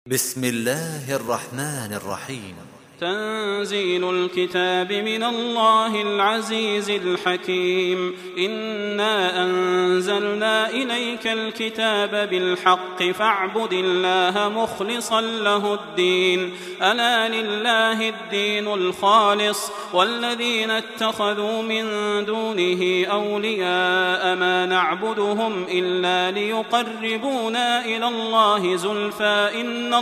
بسم الله الرحمن الرحيم. تنزيل الكتاب من الله العزيز الحكيم. إنا أنزلنا إليك الكتاب بالحق فاعبد الله مخلصا له الدين. ألا لله الدين الخالص والذين اتخذوا من دونه أولياء ما نعبدهم إلا ليقربونا إلى الله زلفى إن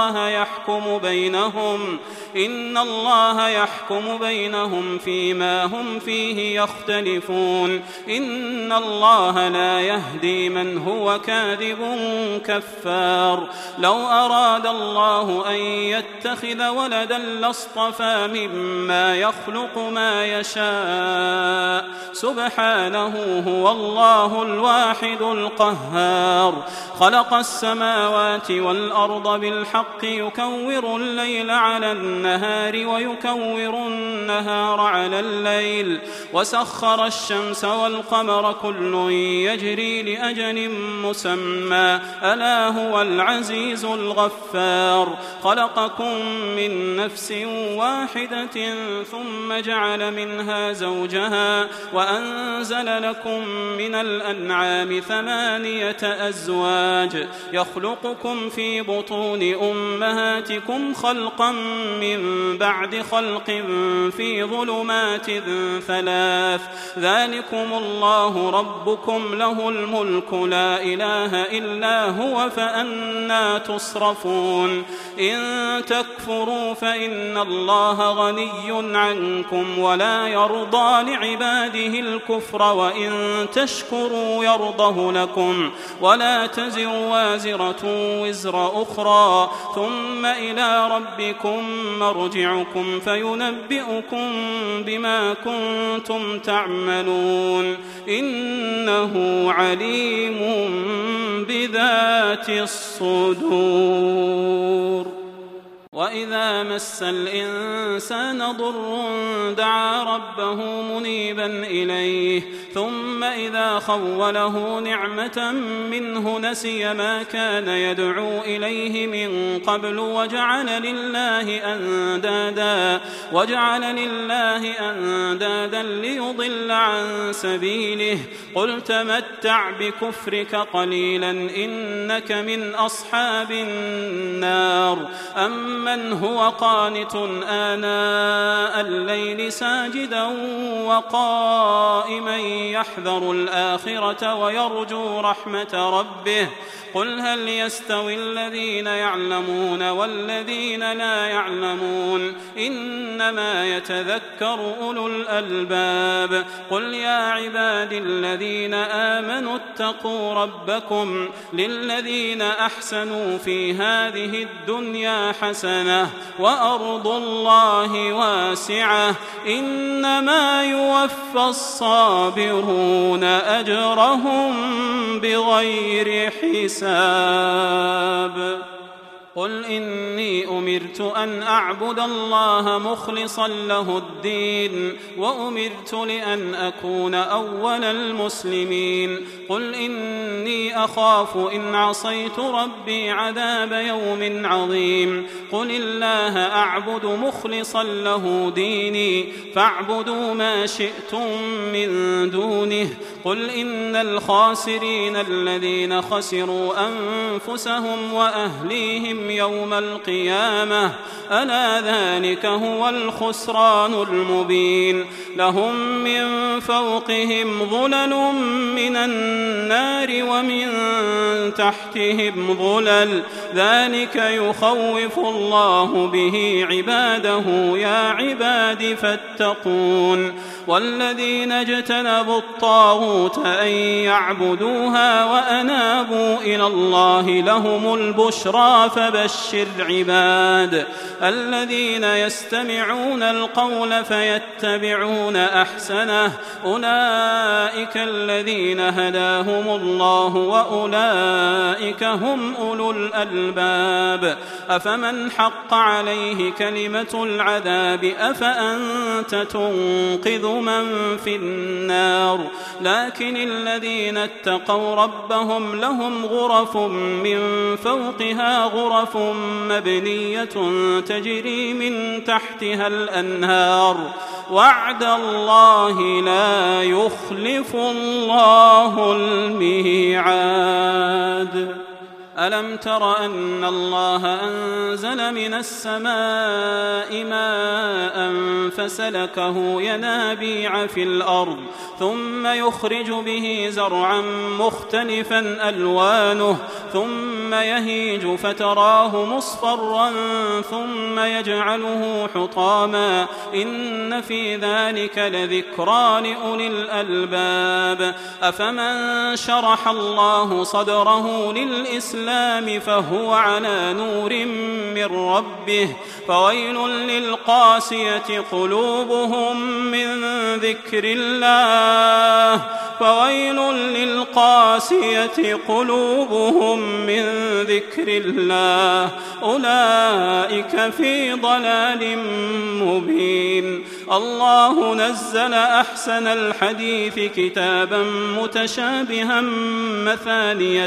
الله يحكم بينهم فيما هم فيه يختلفون. إن الله لا يهدي من هو كاذب كفار. لو أراد الله أن يتخذ ولدا لاصطفى مما يخلق ما يشاء سبحانه هو الله الواحد القهار. خلق السماوات والأرض بالحق يكور الليل على النهار ويكور النهار على الليل وسخر الشمس والقمر كل يجري لأجل مسمى ألا هو العزيز الغفار. خلقكم من نفس واحدة ثم جعل منها زوجها وأنزل لكم من الأنعام 8 أزواج يخلقكم في بطون أمهاتكم خلقا من بعد خلق في ظلمات 3 ذلكم الله ربكم له الملك لا إله إلا هو فأنى تصرفون. إن تكفروا فإن الله غني عنكم ولا يرضى لعباده الكفر وإن تشكروا يرضه لكم ولا تزر وازرة وزر أخرى ثم إلى ربكم مرجعكم فينبئكم بما كنتم تعملون. إنه عليم بذات الصدور. وإذا مس الإنسان ضر دعا ربه منيبا إليه ثم إذا خوله نعمة منه نسي ما كان يدعو إليه من قبل وجعل لله أندادا ليضل عن سبيله. قل تمتع بكفرك قليلا إنك من أصحاب النار. أمن هو قانت آناء الليل ساجدا وقائما يحذر الآخرة ويرجو رحمة ربه قل هل يستوي الذين يعلمون والذين لا يعلمون إنما يتذكر أولو الألباب. قل يا عبادي الذين آمنوا اتقوا ربكم للذين أحسنوا في هذه الدنيا حسنة وأرض الله واسعة إنما يوفى الصابرون أجرهم بغير حساب. قل إني أمرت أن أعبد الله مخلصا له الدين وأمرت لأن أكون أول المسلمين. قل إني أخاف إن عصيت ربي عذاب يوم عظيم. قل الله أعبد مخلصا له ديني فاعبدوا ما شئتم من دونه. قل إن الخاسرين الذين خسروا أنفسهم وأهليهم يوم القيامة ألا ذلك هو الخسران المبين. لهم من فوقهم ظلل من النار ومن تحتهم ظلل ذلك يخوف الله به عباده يا عباد فاتقون. والذين اجتنبوا الطاغوت أن يعبدوها وأنابوا إلى الله لهم البشرى فبشر عباد الذين يستمعون القول فيتبعون أحسنه أولئك الذين هداهم الله وأولئك هم أولو الألباب. أفمن حق عليه كلمة العذاب أفأنت تنقذ من في النار لكن الذين اتقوا ربهم لهم غرف من فوقها غرف مبنية تجري من تحتها الأنهار وعد الله لا يخلف الله الميعاد. ألم تر أن الله أنزل من السماء ماء فسلكه ينابيع في الأرض ثم يخرج به زرعا مختلفا ألوانه ثم يهيج فتراه مصفرا ثم يجعله حطاما إن في ذلك لذكرى لأولي الألباب. أفمن شرح الله صدره للإسلام فهو على نور من ربه فويل للقاسية قلوبهم من ذكر الله أولئك في ضلال مبين. الله نزل أحسن الحديث كتابا متشابها مثانية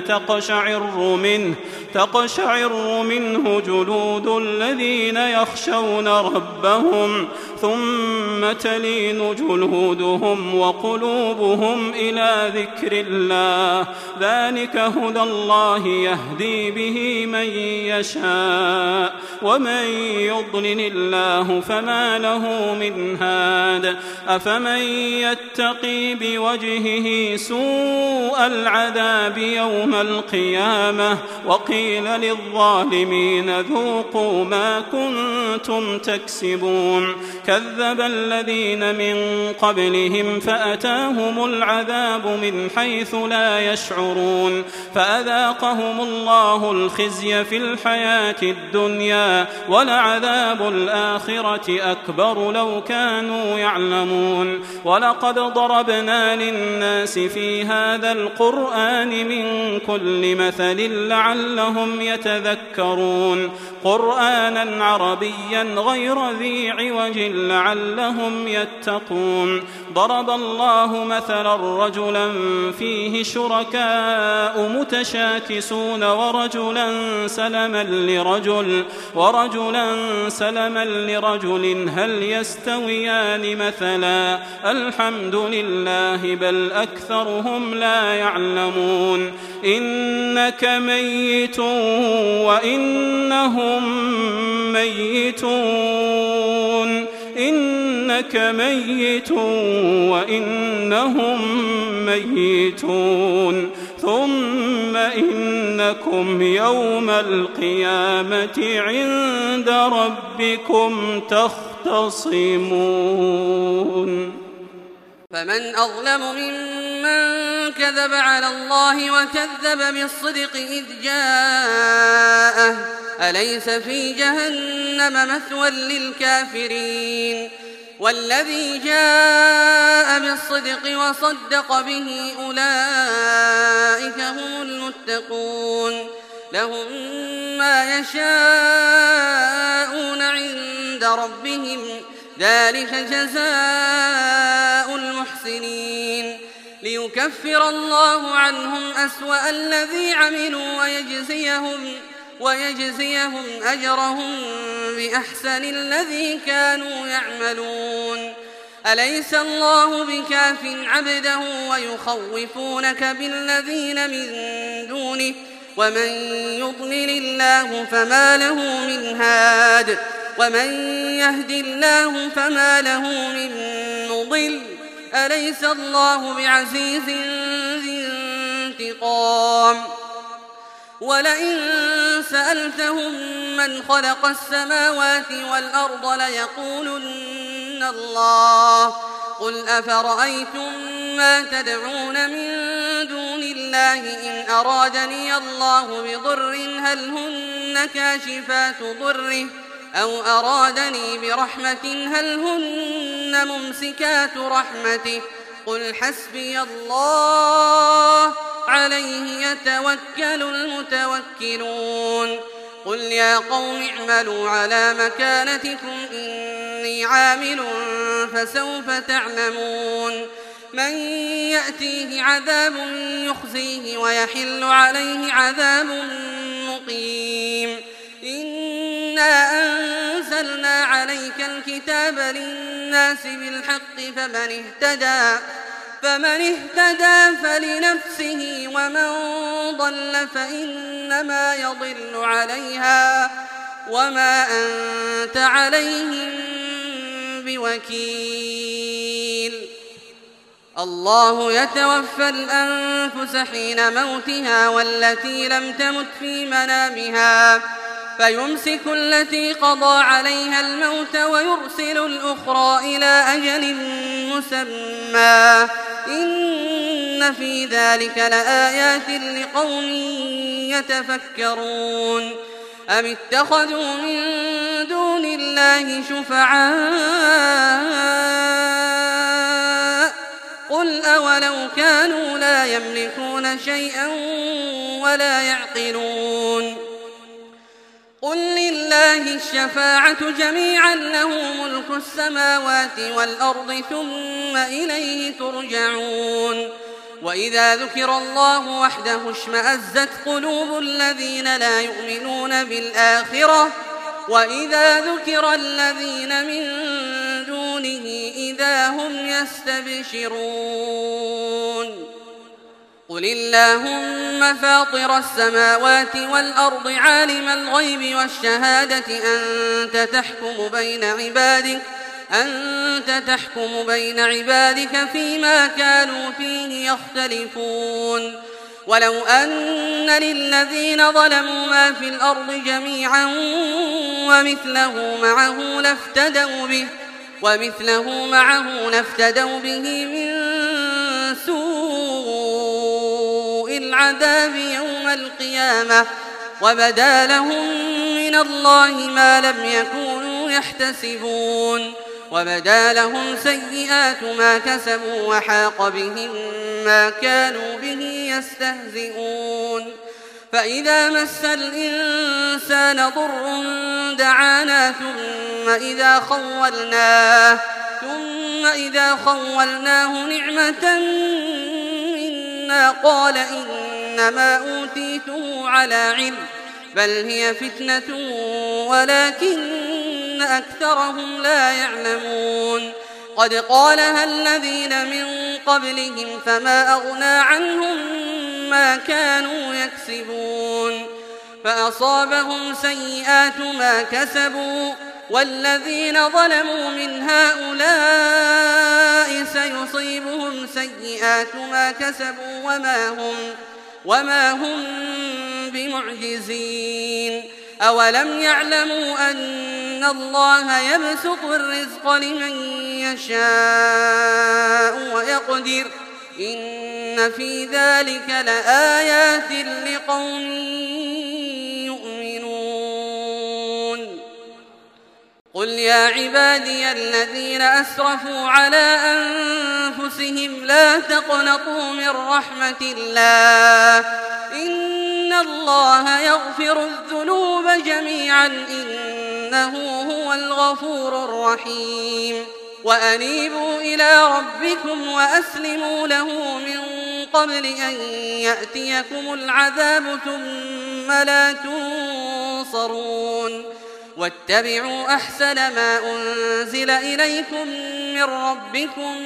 تقشعر منه جلود الذين يخشون ربهم ثم تلين جلودهم وقلوبهم إلى ذكر الله ذلك هدى الله يهدي به من يشاء ومن يضلل الله فما له من هاد. أفمن يتقي بوجهه سوء العذاب يوم القيامة وقيل للظالمين ذوقوا ما كنتم تكسبون. كذب الذين من قبلهم فأتاهم العذاب من حيث لا يشعرون فأذاقهم الله الخزي في الحياة الدنيا ولعذاب الآخرة أكبر لو كانوا يعلمون. ولقد ضربنا للناس في هذا القرآن من كل مثل لعلهم يتذكرون قرآنا عربيا غير ذي عوج لعلهم يتقون. ضرب الله مثلا رجلا فيه شركاء متشاكسون ورجلا سلما لرجل هل يستويان مثلا الحمد لله بل أكثرهم لا يعلمون. إنك ميت وإنهم ميتون ثم إنكم يوم القيامة عند ربكم تختصمون. فمن أظلم ممن كذب على الله وكذب بالصدق إذ جاءه أليس في جهنم مثوى للكافرين. والذي جاء بالصدق وصدق به أولئك هم المتقون لهم ما يشاءون عند ربهم ذلك جزاء المحسنين ليكفر الله عنهم أسوأ الذي عملوا ويجزيهم أجرهم بأحسن الذي كانوا يعملون. أليس الله بكاف عبده ويخوفونك بالذين من دونه ومن يضلل الله فما له من هاد ومن يهد الله فما له من مضل. أليس الله بعزيز ذي انتقام. ولئن سألتهم من خلق السماوات والأرض ليقولن الله قل أفرأيتم ما تدعون من دون الله إن أرادني الله بضر هل هن كاشفات ضره أو أرادني برحمة هل هن ممسكات رحمته قل حسبي الله عليه يتوكل المتوكلون. قل يا قوم اعملوا على مكانتكم إني عامل فسوف تعلمون من يأتيه عذاب يخزيه ويحل عليه عذاب مقيم إنا أنزلنا عليك الكتاب للناس بالحق فمن اهتدى فلنفسه ومن ضل فإنما يضل عليها وما أنت عليهم بوكيل الله يتوفى الأنفس حين موتها والتي لم تمت في منامها فيمسك التي قضى عليها الموت ويرسل الأخرى إلى أجل مسمى إن في ذلك لآيات لقوم يتفكرون أم اتخذوا من دون الله شفعاء قل أولو كانوا لا يملكون شيئا ولا يعقلون قل لله الشفاعة جميعا له ملك السماوات والأرض ثم إليه ترجعون وإذا ذكر الله وحده اشمأزت قلوب الذين لا يؤمنون بالآخرة وإذا ذكر الذين من دونه إذا هم يستبشرون قل اللهم فاطر السماوات والأرض عالم الغيب والشهادة أنت تحكم بين عبادك فيما كانوا فيه يختلفون ولو أن للذين ظلموا ما في الأرض جميعا ومثله معه لافتدوا به من سوء العذاب يوم القيامة وبدا لهم من الله ما لم يكونوا يحتسبون وبدا لهم سيئات ما كسبوا وحاق بهم ما كانوا به يستهزئون فإذا مس الإنسان ضر دعانا ثم إذا خولناه نعمة منا قال إنما أوتيته على علم بل هي فتنة ولكن أكثرهم لا يعلمون قد قالها الذين من قبلهم فما أغنى عنهم ما كانوا يكسبون فأصابهم سيئات ما كسبوا والذين ظلموا من هؤلاء سيصيبهم سيئات ما كسبوا وما هم بمعجزين أولم يعلموا أن الله يبسط الرزق لمن يشاء ويقدر إن في ذلك لآيات لقوم يؤمنون قل يا عبادي الذين أسرفوا على أنفسهم لا تقنطوا من رحمة الله إن الله يغفر الذنوب جميعا إنه هو الغفور الرحيم وأنيبوا إلى ربكم وأسلموا له من قبل أن يأتيكم العذاب ثم لا تنصرون واتبعوا أحسن ما أنزل إليكم من ربكم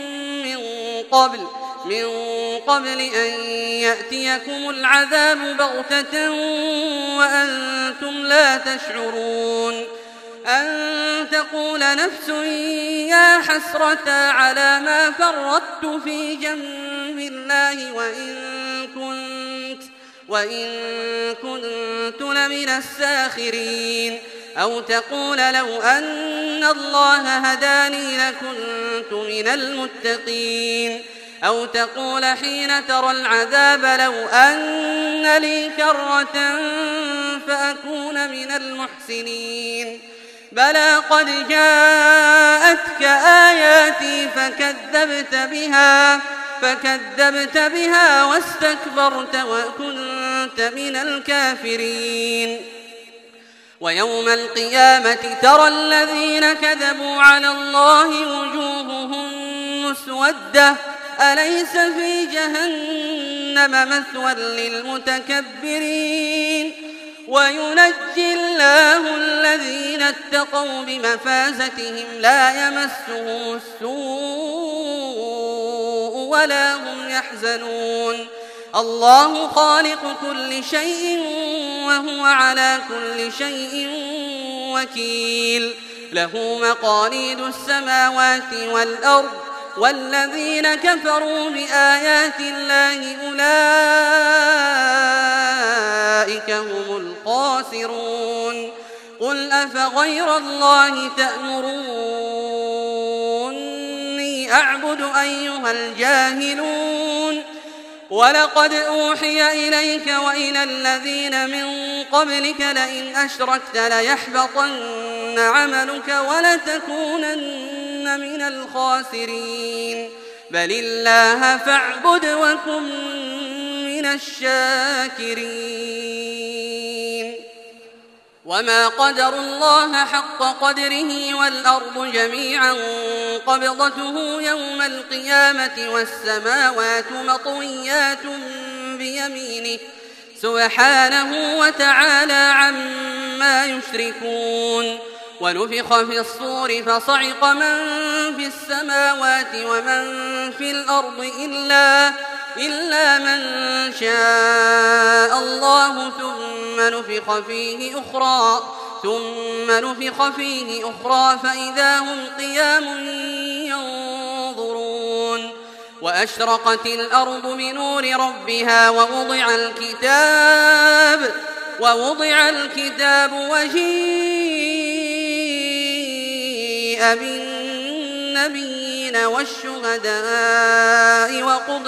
من قبل أن يأتيكم العذاب بغتة وأنتم لا تشعرون أن تقول نفس يا حسرة على ما فرطت في جنب الله وإن كنت لمن الساخرين أو تقول لو أن الله هداني لكنت من المتقين أو تقول حين ترى العذاب لو أن لي كرة فأكون من المحسنين بلى قد جاءتك آياتي فكذبت بها واستكبرت وكنت من الكافرين ويوم القيامة ترى الذين كذبوا على الله وجوههم مسودة أليس في جهنم مثوى للمتكبرين وينجي الله الذين اتقوا بمفازتهم لا يمسهم السوء ولا هم يحزنون الله خالق كل شيء وهو على كل شيء وكيل له مقاليد السماوات والأرض والذين كفروا بآيات الله أولئك هم الخاسرون قل أفغير الله تأمروني أعبد أيها الجاهلون ولقد أوحي إليك وإلى الذين من قبلك لئن أشركت ليحبطن عملك ولتكونن من الخاسرين بل الله فاعبد وكن من الشاكرين وما قدروا الله حق قدره والأرض جميعا قبضته يوم القيامة والسماوات مطويات بيمينه سبحانه وتعالى عما يشركون ونفخ في الصور فصعق من في السماوات ومن في الأرض إلا من شاء الله ثم نفخ فيه أخرى فإذا هم قيام ينظرون وأشرقت الأرض بنور ربها ووضع الكتاب وجيء بالنبيين والشهداء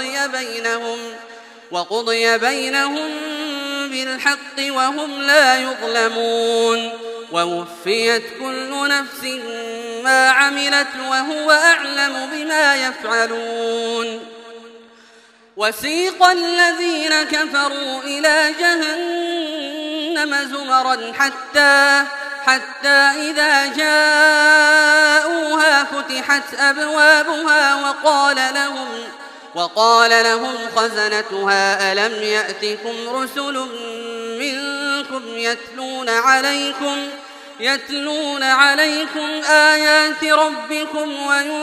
وقضي بينهم بالحق وهم لا يظلمون ووفيت كل نفس ما عملت وهو أعلم بما يفعلون وسيق الذين كفروا إلى جهنم زمرا حتى إذا جاءوها فتحت أبوابها وقال لهم خزنتها ألم يأتكم رسل منكم يتلون عليكم آيات ربكم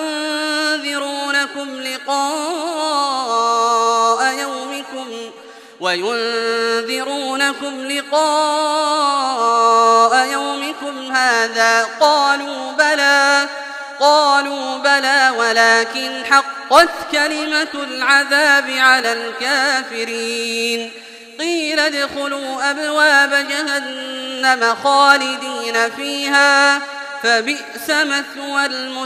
وينذرونكم لقاء يومكم هذا قالوا بلى ولكن حقت كلمة العذاب على الكافرين قيل ادخلوا أبواب جهنم خالدين فيها فبئس مثوى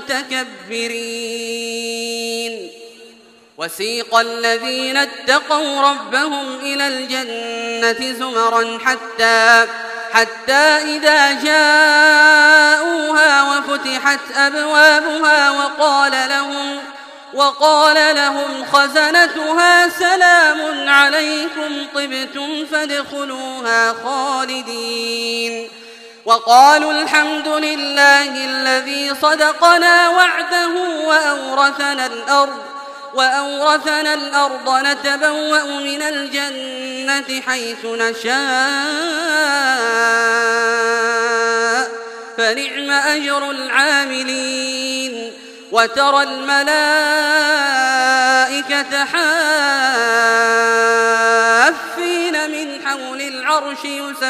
المتكبرين وسيق الذين اتقوا ربهم إلى الجنة زمرا حتى إذا جاءوها وفتحت أبوابها وقال لهم خزنتها سلام عليكم طبتم فادخلوها خالدين وقالوا الحمد لله الذي صدقنا وعده وأورثنا الأرض نتبوأ من الجنة حيث نشاء فنعم أجر العاملين وترى الملائكة حافين من حول العرش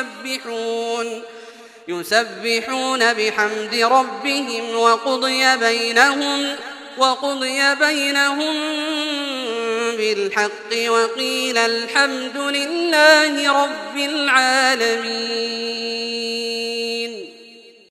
يسبحون بحمد ربهم وقضي بينهم بالحق وقيل الحمد لله رب العالمين.